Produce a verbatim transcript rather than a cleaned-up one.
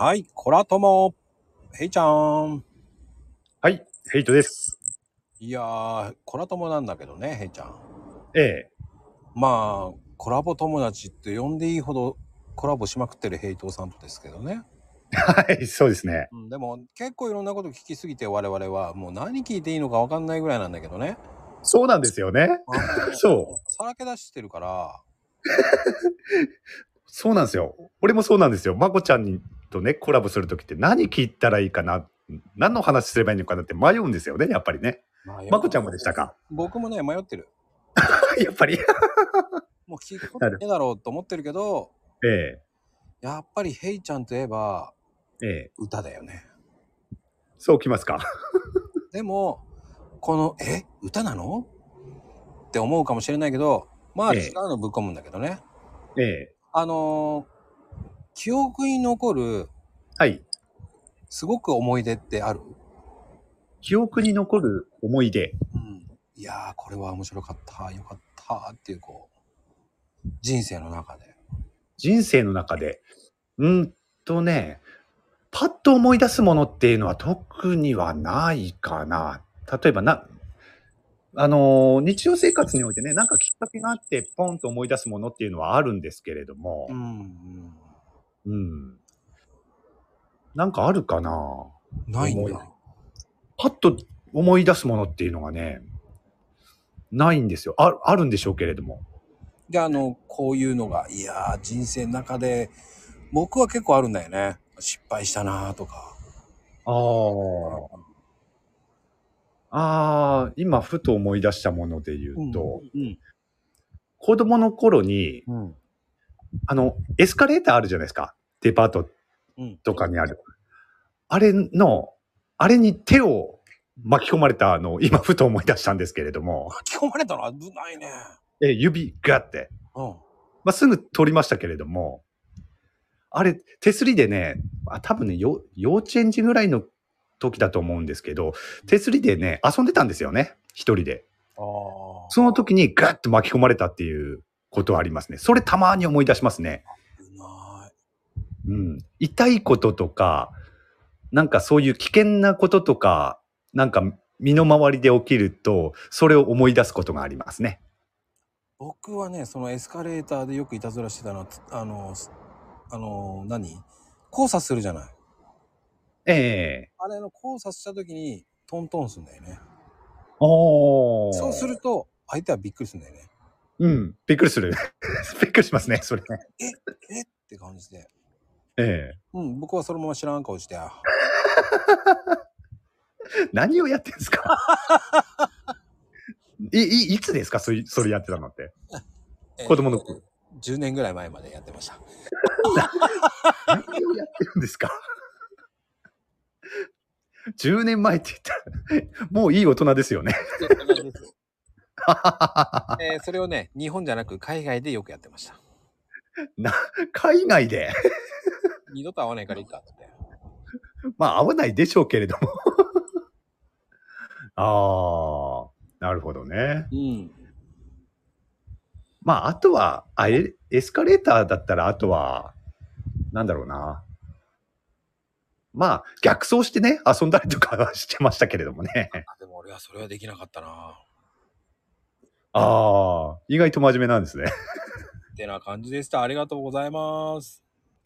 はい、コラトモ、ヘイちゃん。 はい、ヘイトです。 いやー、コラトモなんだけどね、ヘイちゃん。 ええ。 まあ、コラボ友達って呼んでいいほどコラボしまくってるヘイトさんとですけどね。 はい、そうですね。 うん、でも結構いろんなこと聞きすぎて我々はもう何聞いていいのか分かんないぐらいなんだけどね。 そうなんですよね。 あのそう。 さらけ出してるから。 そうなんですよ。俺もそうなんですよ。まこちゃんにとね、コラボするときって何聞いたらいいかな、何の話すればいいのかなって迷うんですよね、やっぱりね。まこちゃんもでしたか？ 僕もね、迷ってる。 やっぱり。 もう聞くこなる。 とねえだろうと思ってるけど、 ええ。 やっぱりヘイちゃんといえばええ。 歌だよね。 そうきますか。 でも、この、え、歌なのって思うかもしれないけど、まあ違ええ。 うのぶっ込むんだけどね。 ええ。 あのー記憶に残るはい。 すごく思い出ってある？ 記憶に残る思い出。 うん。いやー、これは面白かった、よかったっていう、こう、人生の中で。 人生の中で。うんとね、パッと思い出すものっていうのは特にはないかな。例えばな、あの、日常生活においてね、なんかきっかけがあって、ポンと思い出すものっていうのはあるんですけれども、 うん、うん。 うん。なんかあるかな。 ないんだ。 思いパッと思い出すものっていうのがね、ないんですよ。ああるんでしょうけれども。 で、あの、こういうのが、いやー、人生の中で、僕は結構あるんだよね。失敗したなーとか。 ああ。ああ、今ふと思い出したもので言ううん、 と、 うん、 子供の頃に、 うん、 あの、エスカレーターあるじゃないですか。デパートうん。 とかにある。あれの、あれに手を巻き込まれたのを今ふと思い出したんですけれども、 巻き込まれたの危ないね。 え、指ガッて。 うん。 まあ、すぐ取りましたけれども、あれ、手すりでね、あ、多分ね、よ幼稚園児ぐらいの時だと思うんですけど、手すりでね、遊んでたんですよね。一人で。 ああ。 その時にガッと巻き込まれたっていうことはありますね。それたまに思い出しますね。 危ない。 うん。痛いこととか、なんかそういう危険なこととか、なんか身の回りで起きると、それを思い出すことがありますね。 僕はね、そのエスカレーターでよくいたずらしてたのは、つあの、すあの、何交差するじゃない。 ええ。 あれの交差した時にトントンするんだよね。そうするおー。 と、相手はびっくりするんだよね。 うん。びっくりする。びっくりしますね、それね。 え、えって感じで。 ええ。 うん、僕はそのまま知らん顔して、あ、 何をやってんすか？い、い、いつですかそれ、それやってたのって。 えー、 子供の頃。 じゅうねんぐらい前までやってました。 な、何をやってるんですか？ じゅう 年前って言ったら、もういい大人ですよね。 いい大人ですよ。えー、それをね、日本じゃなく海外でよくやってました。 な、海外で。 二度と会わないからいいかって。 まあ、合わないでしょうけれども。ああ、なるほどね。 うん。 まあ、あとは、あエ、エスカレーターだったら、あとは、なんだろうな。まあ、逆走してね、遊んだりとかはしてましたけれどもね。 あ、でも俺はそれはできなかったな。 ああ、意外と真面目なんですね。 ってな感じでした。ありがとうございます。